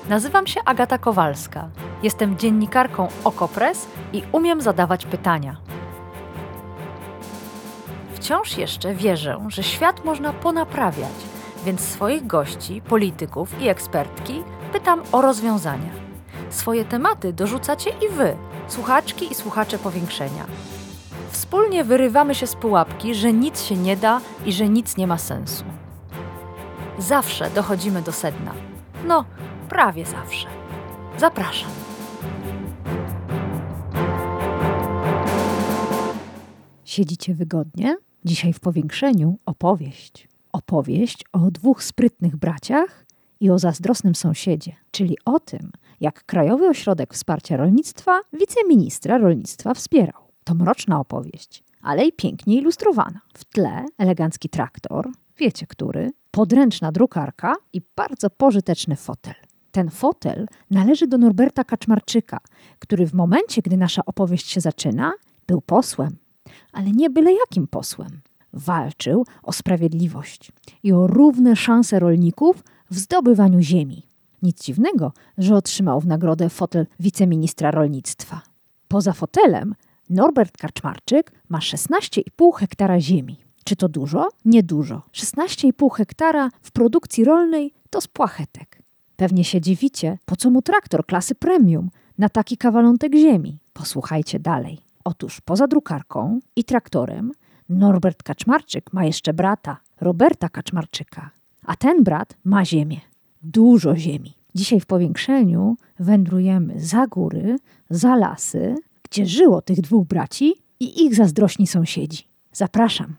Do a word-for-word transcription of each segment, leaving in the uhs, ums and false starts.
Nazywam się Agata Kowalska. Jestem dziennikarką Okopres i umiem zadawać pytania. Wciąż jeszcze wierzę, że świat można ponaprawiać, więc swoich gości, polityków i ekspertki pytam o rozwiązania. Swoje tematy dorzucacie i wy, słuchaczki i słuchacze Powiększenia. Wspólnie wyrywamy się z pułapki, że nic się nie da i że nic nie ma sensu. Zawsze dochodzimy do sedna. No, prawie zawsze. Zapraszam. Siedzicie wygodnie? Dzisiaj w Powiększeniu opowieść. Opowieść o dwóch sprytnych braciach i o zazdrosnym sąsiedzie, czyli o tym, jak Krajowy Ośrodek Wsparcia Rolnictwa wiceministra rolnictwa wspierał. To mroczna opowieść, ale i pięknie ilustrowana. W tle elegancki traktor, wiecie który, podręczna drukarka i bardzo pożyteczny fotel. Ten fotel należy do Norberta Kaczmarczyka, który w momencie, gdy nasza opowieść się zaczyna, był posłem. Ale nie byle jakim posłem. Walczył o sprawiedliwość i o równe szanse rolników w zdobywaniu ziemi. Nic dziwnego, że otrzymał w nagrodę fotel wiceministra rolnictwa. Poza fotelem Norbert Kaczmarczyk ma szesnaście i pół hektara ziemi. Czy to dużo? Niedużo. szesnaście i pół hektara w produkcji rolnej to spłachetek. Pewnie się dziwicie, po co mu traktor klasy premium na taki kawalątek ziemi. Posłuchajcie dalej. Otóż poza drukarką i traktorem Norbert Kaczmarczyk ma jeszcze brata, Roberta Kaczmarczyka. A ten brat ma ziemię. Dużo ziemi. Dzisiaj w Powiększeniu wędrujemy za góry, za lasy, gdzie żyło tych dwóch braci i ich zazdrośni sąsiedzi. Zapraszam.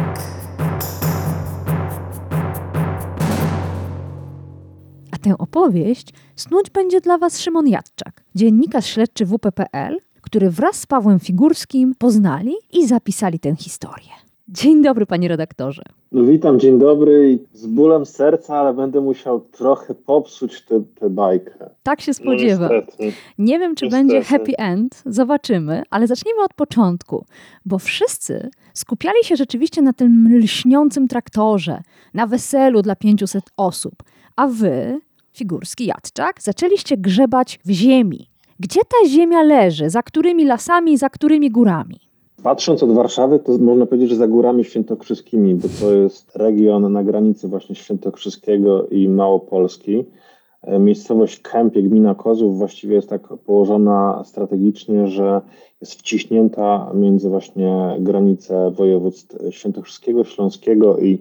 A tę opowieść snuć będzie dla Was Szymon Jadczak, dziennikarz śledczy W P P L, który wraz z Pawłem Figurskim poznali i zapisali tę historię. Dzień dobry, panie redaktorze. No, witam, dzień dobry. Z bólem serca, ale będę musiał trochę popsuć tę bajkę. Tak się spodziewam. No, Nie wiem, czy niestety. będzie happy end, zobaczymy, ale zacznijmy od początku, bo wszyscy skupiali się rzeczywiście na tym lśniącym traktorze, na weselu dla pięciuset osób, a wy, Figurski, Jadczak, zaczęliście grzebać w ziemi. Gdzie ta ziemia leży? Za którymi lasami, za którymi górami? Patrząc od Warszawy, to można powiedzieć, że za Górami Świętokrzyskimi, bo to jest region na granicy właśnie Świętokrzyskiego i Małopolski. Miejscowość Kępie, gmina Kozłów, właściwie jest tak położona strategicznie, że jest wciśnięta między właśnie granice województw świętokrzyskiego, śląskiego i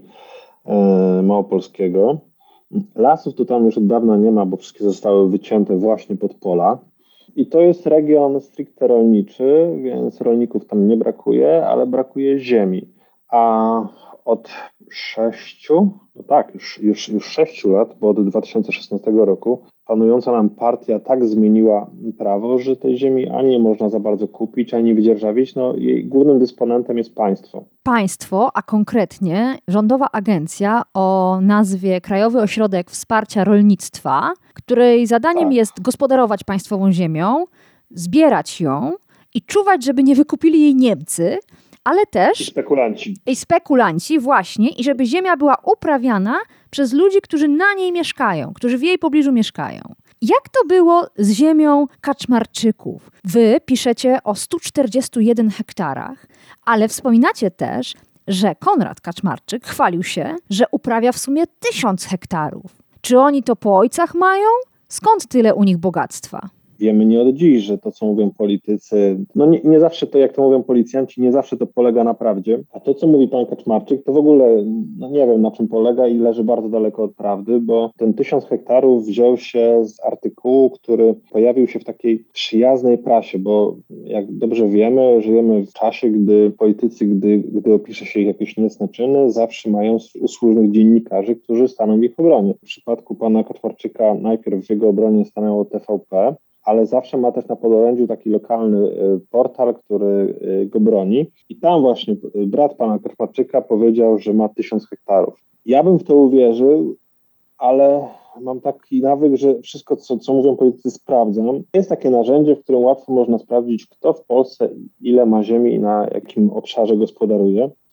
e, małopolskiego. Lasów tu tam już od dawna nie ma, bo wszystkie zostały wycięte właśnie pod pola. I to jest region stricte rolniczy, więc rolników tam nie brakuje, ale brakuje ziemi. A od sześciu, no tak, już, już, już sześciu lat, bo od dwa tysiące szesnastego roku, panująca nam partia tak zmieniła prawo, że tej ziemi ani nie można za bardzo kupić, ani wydzierżawić. No, jej głównym dysponentem jest państwo. Państwo, a konkretnie rządowa agencja o nazwie Krajowy Ośrodek Wsparcia Rolnictwa, której zadaniem Tak. jest gospodarować państwową ziemią, zbierać ją i czuwać, żeby nie wykupili jej Niemcy, ale też I spekulanci. i spekulanci właśnie, i żeby ziemia była uprawiana przez ludzi, którzy na niej mieszkają, którzy w jej pobliżu mieszkają. Jak to było z ziemią Kaczmarczyków? Wy piszecie o stu czterdziestu jeden hektarach, ale wspominacie też, że Konrad Kaczmarczyk chwalił się, że uprawia w sumie tysiąc hektarów. Czy oni to po ojcach mają? Skąd tyle u nich bogactwa? Wiemy nie od dziś, że to, co mówią politycy, no nie, nie zawsze to, jak to mówią policjanci, nie zawsze to polega na prawdzie. A to, co mówi pan Kaczmarczyk, to w ogóle no nie wiem, na czym polega i leży bardzo daleko od prawdy, bo ten tysiąc hektarów wziął się z artykułu, który pojawił się w takiej przyjaznej prasie, bo jak dobrze wiemy, żyjemy w czasie, gdy politycy, gdy, gdy opisze się ich jakieś niecne czyny, zawsze mają usłużnych dziennikarzy, którzy staną w ich obronie. W przypadku pana Kaczmarczyka najpierw w jego obronie stanęło T V P, ale zawsze ma też na podorędziu taki lokalny portal, który go broni. I tam właśnie brat pana Kaczmarczyka powiedział, że ma tysiąc hektarów. Ja bym w to uwierzył, ale mam taki nawyk, że wszystko, co, co mówią politycy, sprawdzam. Jest takie narzędzie, w którym łatwo można sprawdzić, kto w Polsce ile ma ziemi i na jakim obszarze gospodaruje.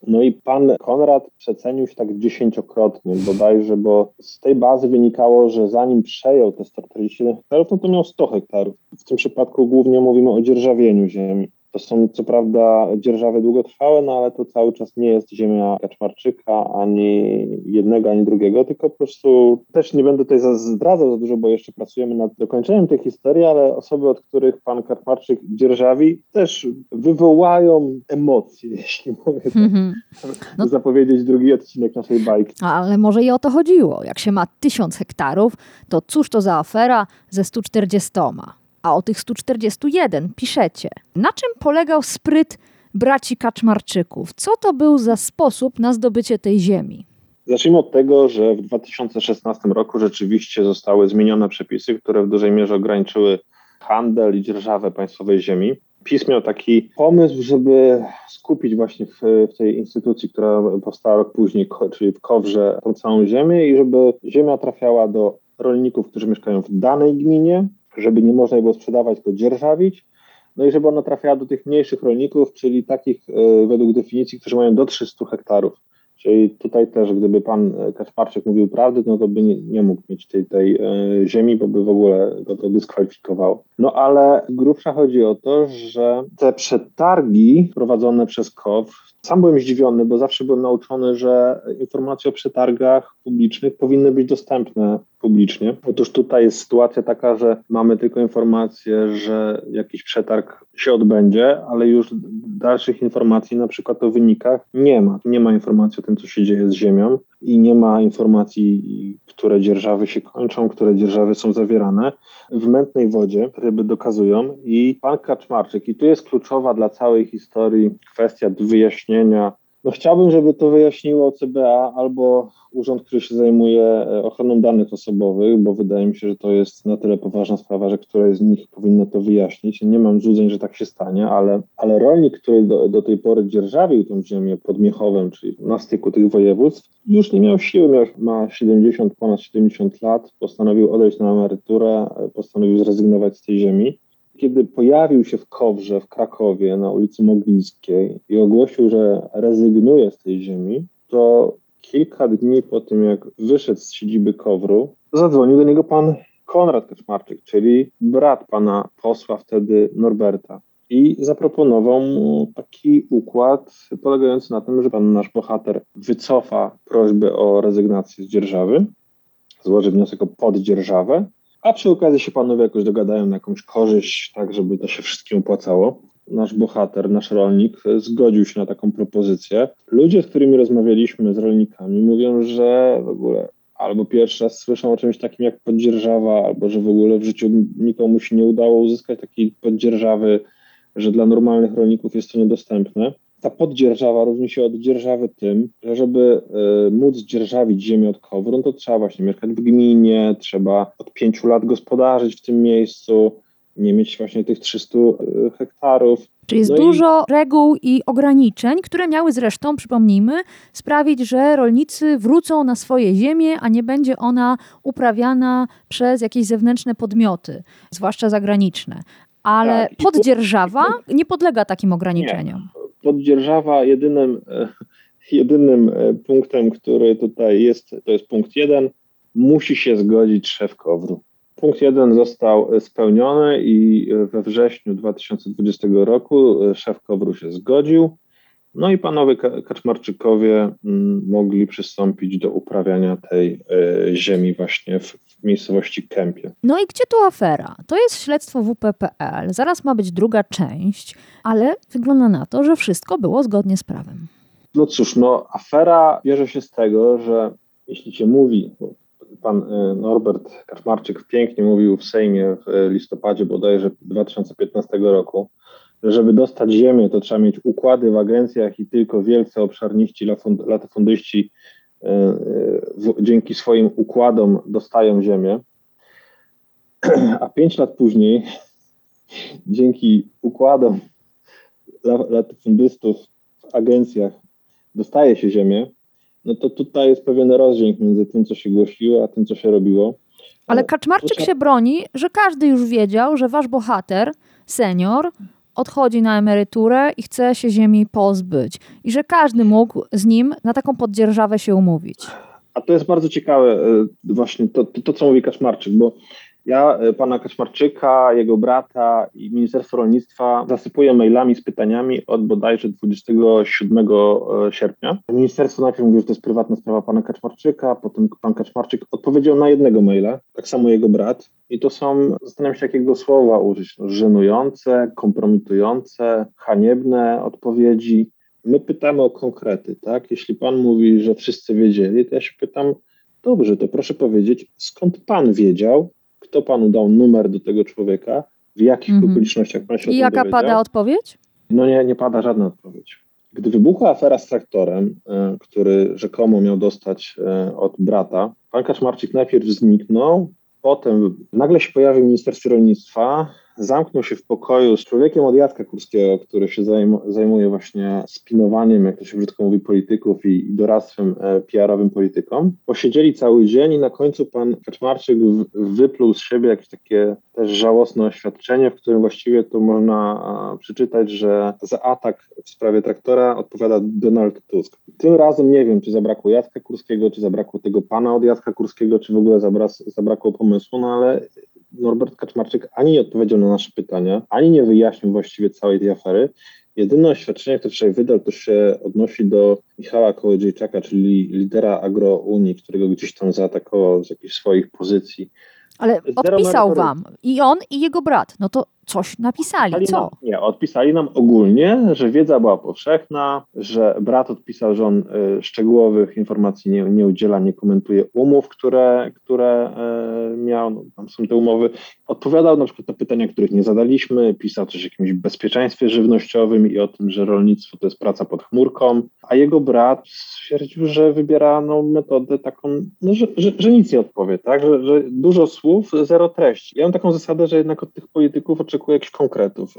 No i pan Konrad przecenił się tak dziesięciokrotnie bodajże, bo z tej bazy wynikało, że zanim przejął te sto czterdzieści jeden hektarów, no to miał sto hektarów. W tym przypadku głównie mówimy o dzierżawieniu ziemi. To są co prawda dzierżawy długotrwałe, no ale to cały czas nie jest ziemia Kaczmarczyka, ani jednego, ani drugiego, tylko po prostu też nie będę tutaj zdradzał za dużo, bo jeszcze pracujemy nad dokończeniem tej historii, ale osoby, od których pan Kaczmarczyk dzierżawi, też wywołają emocje, jeśli mogę tak mm-hmm. no. zapowiedzieć drugi odcinek naszej bajki. Ale może i o to chodziło. Jak się ma tysiąc hektarów, to cóż to za afera ze stu czterdziestoma? A o tych stu czterdziestu jeden piszecie. Na czym polegał spryt braci Kaczmarczyków? Co to był za sposób na zdobycie tej ziemi? Zacznijmy od tego, że w dwa tysiące szesnastym roku rzeczywiście zostały zmienione przepisy, które w dużej mierze ograniczyły handel i dzierżawę państwowej ziemi. PiS miał taki pomysł, żeby skupić właśnie w, w tej instytucji, która powstała rok później, czyli w Kowrze, tą całą ziemię i żeby ziemia trafiała do rolników, którzy mieszkają w danej gminie, żeby nie można jej było sprzedawać, tylko dzierżawić, no i żeby ona trafiała do tych mniejszych rolników, czyli takich y, według definicji, którzy mają do trzystu hektarów. Czyli tutaj też, gdyby pan Kaczmarczyk mówił prawdę, no to by nie, nie mógł mieć tej, tej y, ziemi, bo by w ogóle go to dyskwalifikowało. No ale grubsza chodzi o to, że te przetargi prowadzone przez K O W, sam byłem zdziwiony, bo zawsze byłem nauczony, że informacje o przetargach publicznych powinny być dostępne publicznie. Otóż tutaj jest sytuacja taka, że mamy tylko informację, że jakiś przetarg się odbędzie, ale już dalszych informacji, na przykład o wynikach, nie ma. Nie ma informacji o tym, co się dzieje z ziemią i nie ma informacji, które dzierżawy się kończą, które dzierżawy są zawierane. W mętnej wodzie ryby dokazują i pan Kaczmarczyk, i tu jest kluczowa dla całej historii kwestia wyjaśnienia. No chciałbym, żeby to wyjaśniło C B A albo urząd, który się zajmuje ochroną danych osobowych, bo wydaje mi się, że to jest na tyle poważna sprawa, że któreś z nich powinno to wyjaśnić. Nie mam złudzeń, że tak się stanie, ale, ale rolnik, który do, do tej pory dzierżawił tę ziemię pod Miechowem, czyli na styku tych województw, już nie miał siły, miał, ma siedemdziesiąt, ponad siedemdziesiąt lat, postanowił odejść na emeryturę, postanowił zrezygnować z tej ziemi. Kiedy pojawił się w Kowrze, w Krakowie, na ulicy Moglińskiej i ogłosił, że rezygnuje z tej ziemi, to kilka dni po tym, jak wyszedł z siedziby Kowru, zadzwonił do niego pan Konrad Kaczmarczyk, czyli brat pana posła wtedy Norberta. I zaproponował mu taki układ polegający na tym, że pan nasz bohater wycofa prośbę o rezygnację z dzierżawy, złoży wniosek o poddzierżawę, a przy okazji się panowie jakoś dogadają na jakąś korzyść, tak żeby to się wszystkim opłacało. Nasz bohater, nasz rolnik zgodził się na taką propozycję. Ludzie, z którymi rozmawialiśmy, z rolnikami, mówią, że w ogóle albo pierwszy raz słyszą o czymś takim jak poddzierżawa, albo że w ogóle w życiu nikomu się nie udało uzyskać takiej poddzierżawy, że dla normalnych rolników jest to niedostępne. Ta poddzierżawa różni się od dzierżawy tym, że żeby y, móc dzierżawić ziemię od Kowru, no to trzeba właśnie mieszkać w gminie, trzeba od pięciu lat gospodarzyć w tym miejscu, nie mieć właśnie tych trzystu hektarów. Czyli jest no dużo i... reguł i ograniczeń, które miały zresztą, przypomnijmy, sprawić, że rolnicy wrócą na swoje ziemię, a nie będzie ona uprawiana przez jakieś zewnętrzne podmioty, zwłaszcza zagraniczne. Ale tak, poddzierżawa tu... nie podlega takim ograniczeniom. Nie. Poddzierżawa jedynym, jedynym punktem, który tutaj jest, to jest punkt jeden, musi się zgodzić szef Kowru. Punkt jeden został spełniony i we wrześniu dwa tysiące dwudziestego roku szef Kowru się zgodził. No i panowie Kaczmarczykowie mogli przystąpić do uprawiania tej ziemi właśnie w, w miejscowości Kępie. No i gdzie tu afera? To jest śledztwo W P P L, zaraz ma być druga część, ale wygląda na to, że wszystko było zgodnie z prawem. No cóż, no afera bierze się z tego, że jeśli się mówi, pan Norbert Kaczmarczyk pięknie mówił w Sejmie w listopadzie bodajże dwa tysiące piętnastego roku, że żeby dostać ziemię, to trzeba mieć układy w agencjach i tylko wielcy obszarniści, latyfundyści w, dzięki swoim układom dostają ziemię. A pięć lat później dzięki układom latyfundystów w agencjach dostaje się ziemię, no to tutaj jest pewien rozdźwięk między tym, co się głosiło, a tym, co się robiło. Ale Kaczmarczyk się broni, że każdy już wiedział, że wasz bohater, senior, odchodzi na emeryturę i chce się ziemi pozbyć. I że każdy mógł z nim na taką poddzierżawę się umówić. A to jest bardzo ciekawe właśnie to, to, to co mówi Kaczmarczyk, bo ja pana Kaczmarczyka, jego brata i Ministerstwo Rolnictwa zasypuję mailami z pytaniami od bodajże dwudziestego siódmego sierpnia. Ministerstwo najpierw mówi, że to jest prywatna sprawa pana Kaczmarczyka, potem pan Kaczmarczyk odpowiedział na jednego maila, tak samo jego brat. I to są, zastanawiam się jakiego słowa użyć, no, żenujące, kompromitujące, haniebne odpowiedzi. My pytamy o konkrety, tak? Jeśli pan mówi, że wszyscy wiedzieli, to ja się pytam, dobrze, to proszę powiedzieć, skąd pan wiedział, kto panu dał numer do tego człowieka, w jakich mm-hmm. okolicznościach pan się o I tym jaka dowiedział? pada odpowiedź? No nie, nie pada żadna odpowiedź. Gdy wybuchła afera z traktorem, y, który rzekomo miał dostać y, od brata, pan Kaczmarczyk najpierw zniknął, potem nagle się pojawił w Ministerstwie Rolnictwa, zamknął się w pokoju z człowiekiem od Jacka Kurskiego, który się zajmuje właśnie spinowaniem, jak to się brzydko mówi, polityków i, i doradztwem e, P R-owym politykom. Posiedzieli cały dzień i na końcu pan Kaczmarczyk w, wypluł z siebie jakieś takie też żałosne oświadczenie, w którym właściwie to można a, przeczytać, że za atak w sprawie traktora odpowiada Donald Tusk. Tym razem nie wiem, czy zabrakło Jacka Kurskiego, czy zabrakło tego pana od Jacka Kurskiego, czy w ogóle zabra- zabrakło pomysłu, no ale Norbert Kaczmarczyk ani nie odpowiedział na nasze pytania, ani nie wyjaśnił właściwie całej tej afery. Jedyne oświadczenie, które wczoraj wydał, to się odnosi do Michała Kołodziejczaka, czyli lidera Agrounii, którego gdzieś tam zaatakował z jakichś swoich pozycji. Ale odpisał wam i on, i jego brat. No to coś napisali, odpisali co? Nam, nie, odpisali nam ogólnie, że wiedza była powszechna, że brat odpisał, że on y, szczegółowych informacji nie, nie udziela, nie komentuje umów, które, które y, miał, no, tam są te umowy. Odpowiadał na przykład na pytania, których nie zadaliśmy, pisał coś o jakimś bezpieczeństwie żywnościowym i o tym, że rolnictwo to jest praca pod chmurką, a jego brat stwierdził, że wybiera no, metodę taką, no, że, że, że nic nie odpowie, tak? Że, że dużo słów, zero treści. Ja mam taką zasadę, że jednak od tych polityków oczekuję jakichś konkretów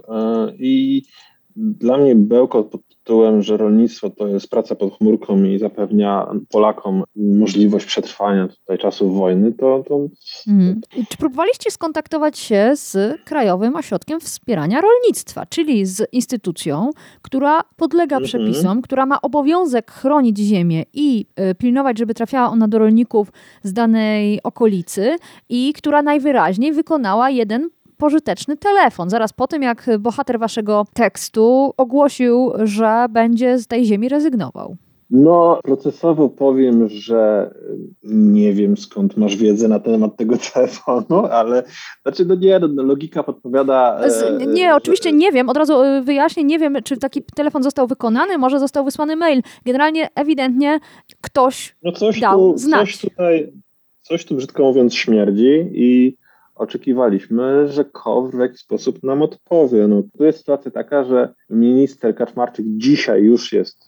i dla mnie bełkot pod tytułem, że rolnictwo to jest praca pod chmurką i zapewnia Polakom możliwość przetrwania tutaj czasów wojny, to... to... Hmm. Czy próbowaliście skontaktować się z Krajowym Ośrodkiem Wspierania Rolnictwa, czyli z instytucją, która podlega mm-hmm. przepisom, która ma obowiązek chronić ziemię i y, pilnować, żeby trafiała ona do rolników z danej okolicy i która najwyraźniej wykonała jeden pożyteczny telefon. Zaraz po tym, jak bohater waszego tekstu ogłosił, że będzie z tej ziemi rezygnował. No, procesowo powiem, że nie wiem, skąd masz wiedzę na temat tego telefonu, ale znaczy, no nie, no, logika podpowiada... Z, nie, że... oczywiście nie wiem, od razu wyjaśnię, nie wiem, czy taki telefon został wykonany, może został wysłany mail. Generalnie, ewidentnie ktoś no coś dał tu, znać. Coś tutaj, coś tu brzydko mówiąc śmierdzi i oczekiwaliśmy, że K O W R w jakiś sposób nam odpowie. No, tu jest sytuacja taka, że minister Kaczmarczyk dzisiaj już jest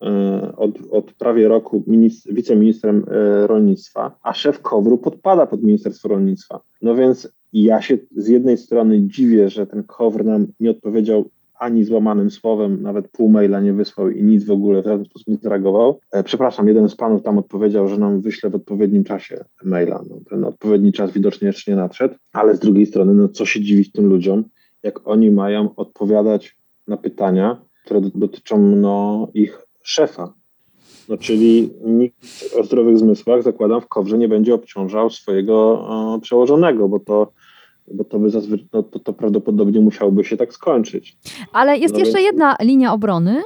y, od, od prawie roku ministr, wiceministrem y, rolnictwa, a szef K O W R-u podpada pod Ministerstwo Rolnictwa. No więc ja się z jednej strony dziwię, że ten K O W R nam nie odpowiedział ani złamanym słowem, nawet pół maila nie wysłał i nic w ogóle w żaden sposób nie zareagował. E, przepraszam, jeden z panów tam odpowiedział, że nam wyśle w odpowiednim czasie maila. No, ten odpowiedni czas widocznie jeszcze nie nadszedł, ale z drugiej strony, no co się dziwić tym ludziom, jak oni mają odpowiadać na pytania, które dotyczą no, ich szefa. No, czyli nikt o zdrowych zmysłach, zakładam, w K O W R-ze nie będzie obciążał swojego e, przełożonego, bo to bo to, by zazwy- no, to, to prawdopodobnie musiałoby się tak skończyć. Ale jest no jeszcze więc... jedna linia obrony.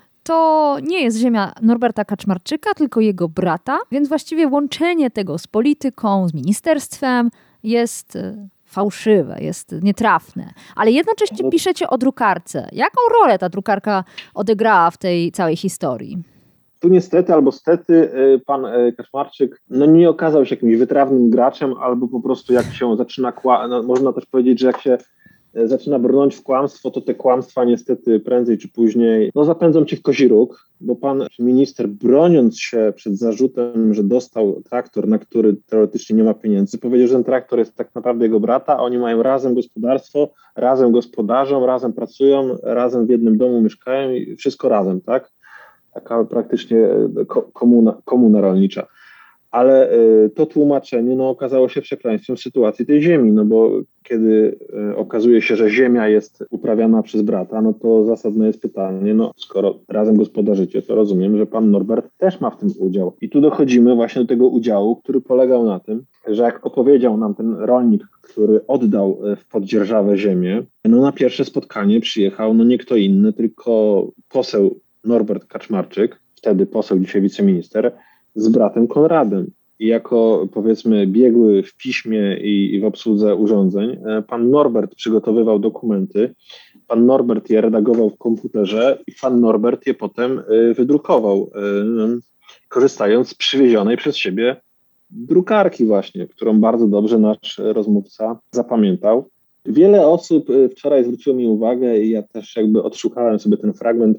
To nie jest ziemia Norberta Kaczmarczyka, tylko jego brata, więc właściwie łączenie tego z polityką, z ministerstwem jest fałszywe, jest nietrafne. Ale jednocześnie no... piszecie o drukarce. Jaką rolę ta drukarka odegrała w tej całej historii? Tu niestety albo stety pan Kaczmarczyk no nie okazał się jakimś wytrawnym graczem, albo po prostu jak się zaczyna, kła- no można też powiedzieć, że jak się zaczyna brnąć w kłamstwo, to te kłamstwa niestety prędzej czy później no zapędzą cię w kozi róg, bo pan minister, broniąc się przed zarzutem, że dostał traktor, na który teoretycznie nie ma pieniędzy, powiedział, że ten traktor jest tak naprawdę jego brata, a oni mają razem gospodarstwo, razem gospodarzą, razem pracują, razem w jednym domu mieszkają i wszystko razem, tak? Taka praktycznie komuna, komuna rolnicza. Ale y, to tłumaczenie no, okazało się przekleństwem sytuacji tej ziemi, no bo kiedy y, okazuje się, że ziemia jest uprawiana przez brata, no to zasadne jest pytanie, no skoro razem gospodarzycie, to rozumiem, że pan Norbert też ma w tym udział. I tu dochodzimy właśnie do tego udziału, który polegał na tym, że jak opowiedział nam ten rolnik, który oddał w poddzierżawę ziemię, no na pierwsze spotkanie przyjechał no nie kto inny, tylko poseł Norbert Kaczmarczyk, wtedy poseł, dzisiaj wiceminister, z bratem Konradem. I jako, powiedzmy, biegły w piśmie i, i w obsłudze urządzeń, pan Norbert przygotowywał dokumenty, pan Norbert je redagował w komputerze i pan Norbert je potem wydrukował, korzystając z przywiezionej przez siebie drukarki właśnie, którą bardzo dobrze nasz rozmówca zapamiętał. Wiele osób wczoraj zwróciło mi uwagę i ja też jakby odszukałem sobie ten fragment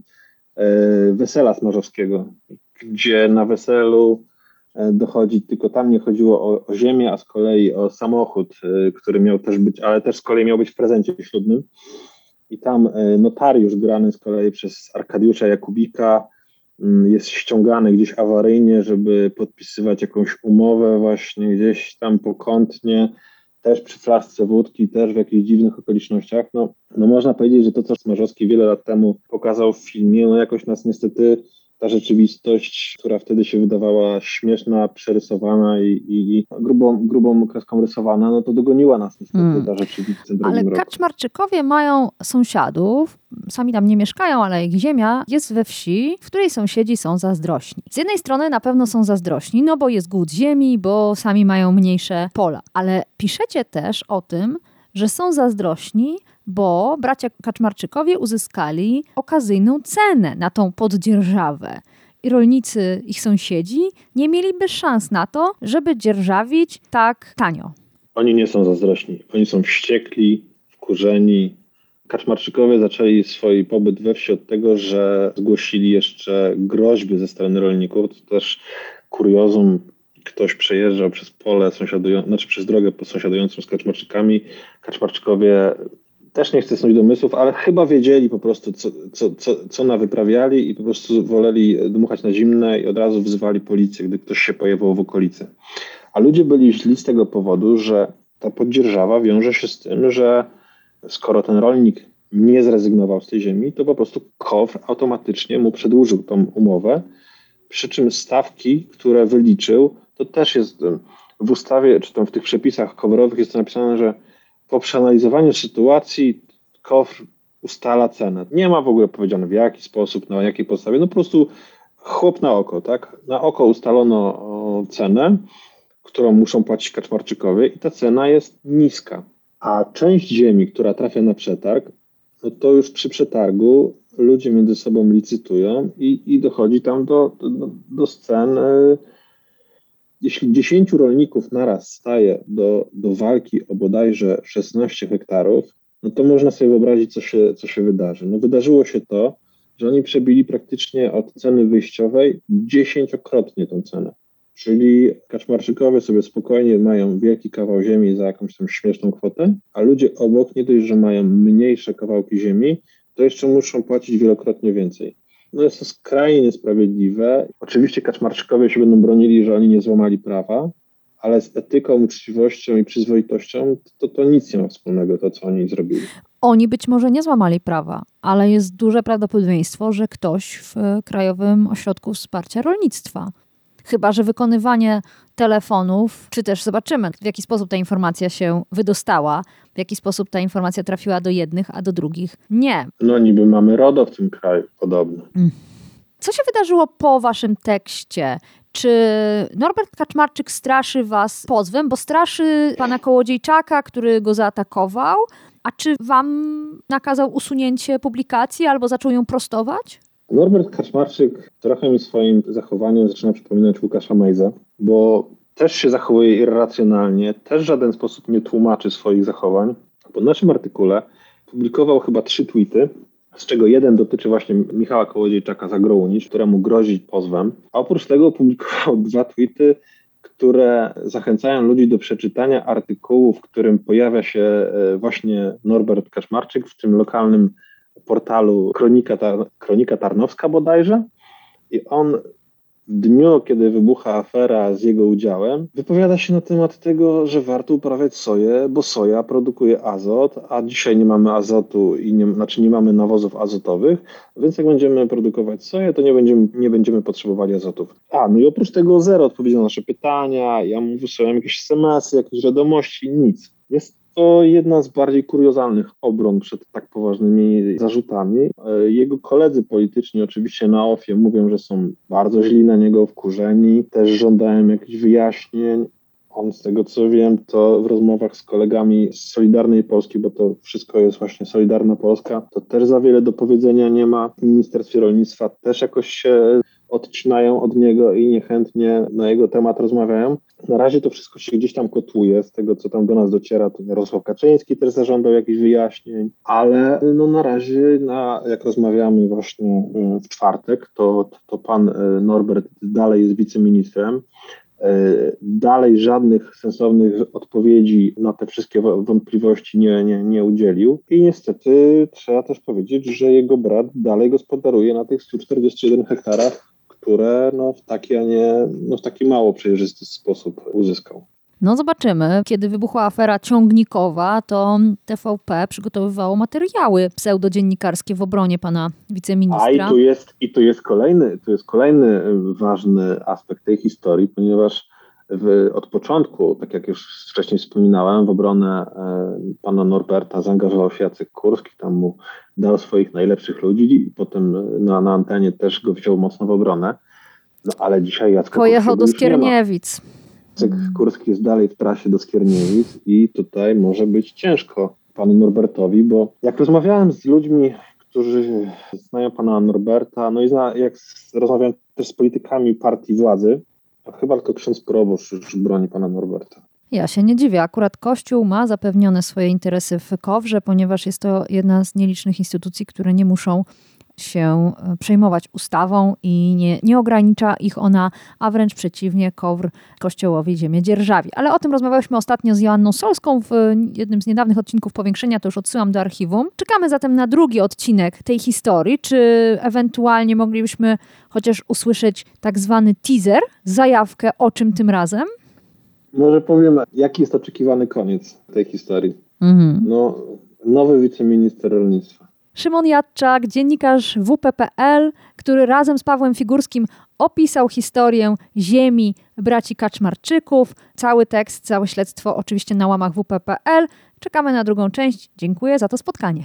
wesela Smarzowskiego, gdzie na weselu dochodzi, tylko tam nie chodziło o, o ziemię, a z kolei o samochód, który miał też być, ale też z kolei miał być w prezencie ślubnym. I tam notariusz grany z kolei przez Arkadiusza Jakubika jest ściągany gdzieś awaryjnie, żeby podpisywać jakąś umowę właśnie gdzieś tam pokątnie, też przy flaszce wódki, też w jakichś dziwnych okolicznościach. No, no można powiedzieć, że to, co Smarzowski wiele lat temu pokazał w filmie, no jakoś nas niestety ta rzeczywistość, która wtedy się wydawała śmieszna, przerysowana i, i, i grubą, grubą kreską rysowana, no to dogoniła nas niestety hmm. ta rzeczywistość. Ale roku. Kaczmarczykowie mają sąsiadów, sami tam nie mieszkają, ale ich ziemia jest we wsi, w której sąsiedzi są zazdrośni. Z jednej strony na pewno są zazdrośni, no bo jest głód ziemi, bo sami mają mniejsze pola. Ale piszecie też o tym, że są zazdrośni, bo bracia Kaczmarczykowie uzyskali okazyjną cenę na tą poddzierżawę. I rolnicy, ich sąsiedzi, nie mieliby szans na to, żeby dzierżawić tak tanio. Oni nie są zazdrośni. Oni są wściekli, wkurzeni. Kaczmarczykowie zaczęli swój pobyt we wsi od tego, że zgłosili jeszcze groźby ze strony rolników. To też kuriozum. Ktoś przejeżdżał przez pole sąsiadujące, znaczy przez drogę sąsiadującą z Kaczmarczykami. Kaczmarczykowie też nie chcę snuć domysłów, ale chyba wiedzieli po prostu, co, co, co, co nawyprawiali i po prostu woleli dmuchać na zimne i od razu wzywali policję, gdy ktoś się pojawił w okolicy. A ludzie byli źli z tego powodu, że ta poddzierżawa wiąże się z tym, że skoro ten rolnik nie zrezygnował z tej ziemi, to po prostu K O W R automatycznie mu przedłużył tą umowę, przy czym stawki, które wyliczył, to też jest w ustawie, czy tam w tych przepisach K O W R-owych jest napisane, że po przeanalizowaniu sytuacji K O W R ustala cenę. Nie ma w ogóle powiedziane w jaki sposób, na jakiej podstawie, no po prostu chłop na oko, tak? Na oko ustalono cenę, którą muszą płacić Kaczmarczykowie i ta cena jest niska. A część ziemi, która trafia na przetarg, no to już przy przetargu ludzie między sobą licytują i, i dochodzi tam do, do, do scen. Jeśli dziesięciu rolników naraz staje do, do walki o bodajże szesnaście hektarów, no to można sobie wyobrazić, co się, co się wydarzy. No wydarzyło się to, że oni przebili praktycznie od ceny wyjściowej dziesięciokrotnie tą cenę. Czyli Kaczmarczykowie sobie spokojnie mają wielki kawał ziemi za jakąś tam śmieszną kwotę, a ludzie obok nie dość, że mają mniejsze kawałki ziemi, to jeszcze muszą płacić wielokrotnie więcej. No jest to skrajnie niesprawiedliwe. Oczywiście Kaczmarczykowie się będą bronili, że oni nie złamali prawa, ale z etyką, uczciwością i przyzwoitością to, to nic nie ma wspólnego, to co oni zrobili. Oni być może nie złamali prawa, ale jest duże prawdopodobieństwo, że ktoś w Krajowym Ośrodku Wsparcia Rolnictwa, chyba że wykonywanie telefonów, czy też zobaczymy, w jaki sposób ta informacja się wydostała, w jaki sposób ta informacja trafiła do jednych, a do drugich nie. No niby mamy RODO w tym kraju, podobno. Co się wydarzyło po waszym tekście? Czy Norbert Kaczmarczyk straszy was pozwem, bo straszy pana Kołodziejczaka, który go zaatakował, a czy wam nakazał usunięcie publikacji albo zaczął ją prostować? Norbert Kaczmarczyk trochę mi swoim zachowaniem zaczyna przypominać Łukasza Mejzę, bo też się zachowuje irracjonalnie, też w żaden sposób nie tłumaczy swoich zachowań. Po naszym artykule publikował chyba trzy tweety, z czego jeden dotyczy właśnie Michała Kołodziejczaka z Agrounii, któremu grozi pozwem, a oprócz tego opublikował dwa tweety, które zachęcają ludzi do przeczytania artykułu, w którym pojawia się właśnie Norbert Kaczmarczyk w tym lokalnym portalu Kronika, Tar- Kronika Tarnowska bodajże i on w dniu, kiedy wybucha afera z jego udziałem, wypowiada się na temat tego, że warto uprawiać soję, bo soja produkuje azot, a dzisiaj nie mamy azotu i nie, znaczy nie mamy nawozów azotowych, więc jak będziemy produkować soję, to nie będziemy, nie będziemy potrzebowali azotów. A, no i oprócz tego zero odpowiedzi na nasze pytania, ja mu wysyłam jakieś es em esy, jakieś wiadomości, nic. Jest to jedna z bardziej kuriozalnych obron przed tak poważnymi zarzutami. Jego koledzy polityczni oczywiście na ofie mówią, że są bardzo źli na niego, wkurzeni, też żądają jakichś wyjaśnień. On, z tego co wiem, to w rozmowach z kolegami z Solidarnej Polski, bo to wszystko jest właśnie Solidarna Polska, to też za wiele do powiedzenia nie ma. W Ministerstwie Rolnictwa też jakoś się odcinają od niego i niechętnie na jego temat rozmawiają. Na razie to wszystko się gdzieś tam kotłuje, z tego co tam do nas dociera, to Jarosław Kaczyński też zażądał jakichś wyjaśnień, ale no na razie, na, jak rozmawiamy właśnie w czwartek, to, to pan Norbert dalej jest wiceministrem. Dalej żadnych sensownych odpowiedzi na te wszystkie wątpliwości nie, nie, nie udzielił i niestety trzeba też powiedzieć, że jego brat dalej gospodaruje na tych stu czterdziestu jeden hektarach, które no w taki, a nie, no w taki mało przejrzysty sposób uzyskał. No zobaczymy. Kiedy wybuchła afera ciągnikowa, to T V P przygotowywało materiały pseudodziennikarskie w obronie pana wiceministra. A i tu jest, i tu jest kolejny, tu jest kolejny ważny aspekt tej historii, ponieważ w, od początku, tak jak już wcześniej wspominałem, w obronę e, pana Norberta zaangażował się Jacek Kurski, tam mu dał swoich najlepszych ludzi i potem na, na antenie też go wziął mocno w obronę. No ale dzisiaj Jacek Pojechał do Skierniewic. Jacek Kurski jest dalej w trasie do Skierniewic i tutaj może być ciężko panu Norbertowi, bo jak rozmawiałem z ludźmi, którzy znają pana Norberta, no i zna, jak rozmawiałem też z politykami partii władzy, to chyba tylko ksiądz proboszcz już broni pana Norberta. Ja się nie dziwię. Akurat Kościół ma zapewnione swoje interesy w KOWRze, ponieważ jest to jedna z nielicznych instytucji, które nie muszą się przejmować ustawą i nie, nie ogranicza ich ona, a wręcz przeciwnie, KOWR Kościołowi ziemię dzierżawi. Ale o tym rozmawialiśmy ostatnio z Joanną Solską w jednym z niedawnych odcinków Powiększenia, to już odsyłam do archiwum. Czekamy zatem na drugi odcinek tej historii, czy ewentualnie moglibyśmy chociaż usłyszeć tak zwany teaser, zajawkę, o czym tym razem? Może powiem, jaki jest oczekiwany koniec tej historii. Mhm. No, nowy wiceminister rolnictwa. Szymon Jadczak, dziennikarz W P P L, który razem z Pawłem Figurskim opisał historię ziemi braci Kaczmarczyków. Cały tekst, całe śledztwo oczywiście na łamach W P P L. Czekamy na drugą część. Dziękuję za to spotkanie.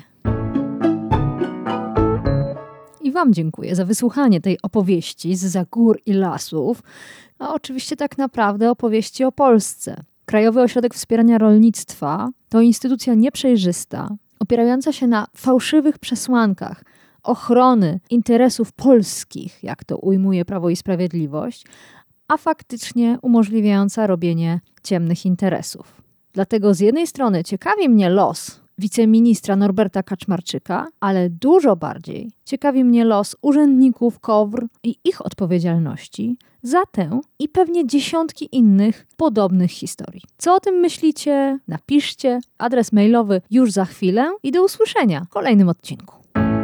I wam dziękuję za wysłuchanie tej opowieści zza gór i lasów, a oczywiście tak naprawdę opowieści o Polsce. Krajowy Ośrodek Wspierania Rolnictwa to instytucja nieprzejrzysta, opierająca się na fałszywych przesłankach ochrony interesów polskich, jak to ujmuje Prawo i Sprawiedliwość, a faktycznie umożliwiająca robienie ciemnych interesów. Dlatego z jednej strony ciekawi mnie los wiceministra Norberta Kaczmarczyka, ale dużo bardziej ciekawi mnie los urzędników KOWR i ich odpowiedzialności za tę i pewnie dziesiątki innych podobnych historii. Co o tym myślicie? Napiszcie. Adres mailowy już za chwilę i do usłyszenia w kolejnym odcinku.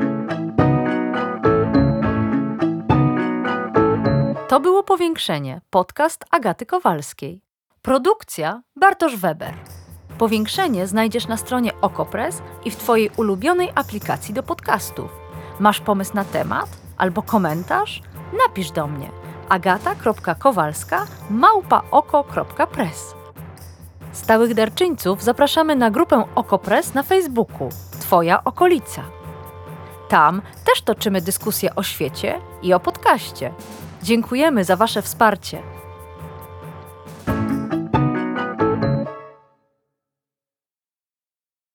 To było Powiększenie, podcast Agaty Kowalskiej. Produkcja Bartosz Weber. Powiększenie znajdziesz na stronie Okopress i w twojej ulubionej aplikacji do podcastów. Masz pomysł na temat albo komentarz? Napisz do mnie agata kropka kowalska małpa oko kropka press. Stałych darczyńców zapraszamy na grupę Okopress na Facebooku Twoja okolica. Tam też toczymy dyskusje o świecie i o podcaście. Dziękujemy za wasze wsparcie.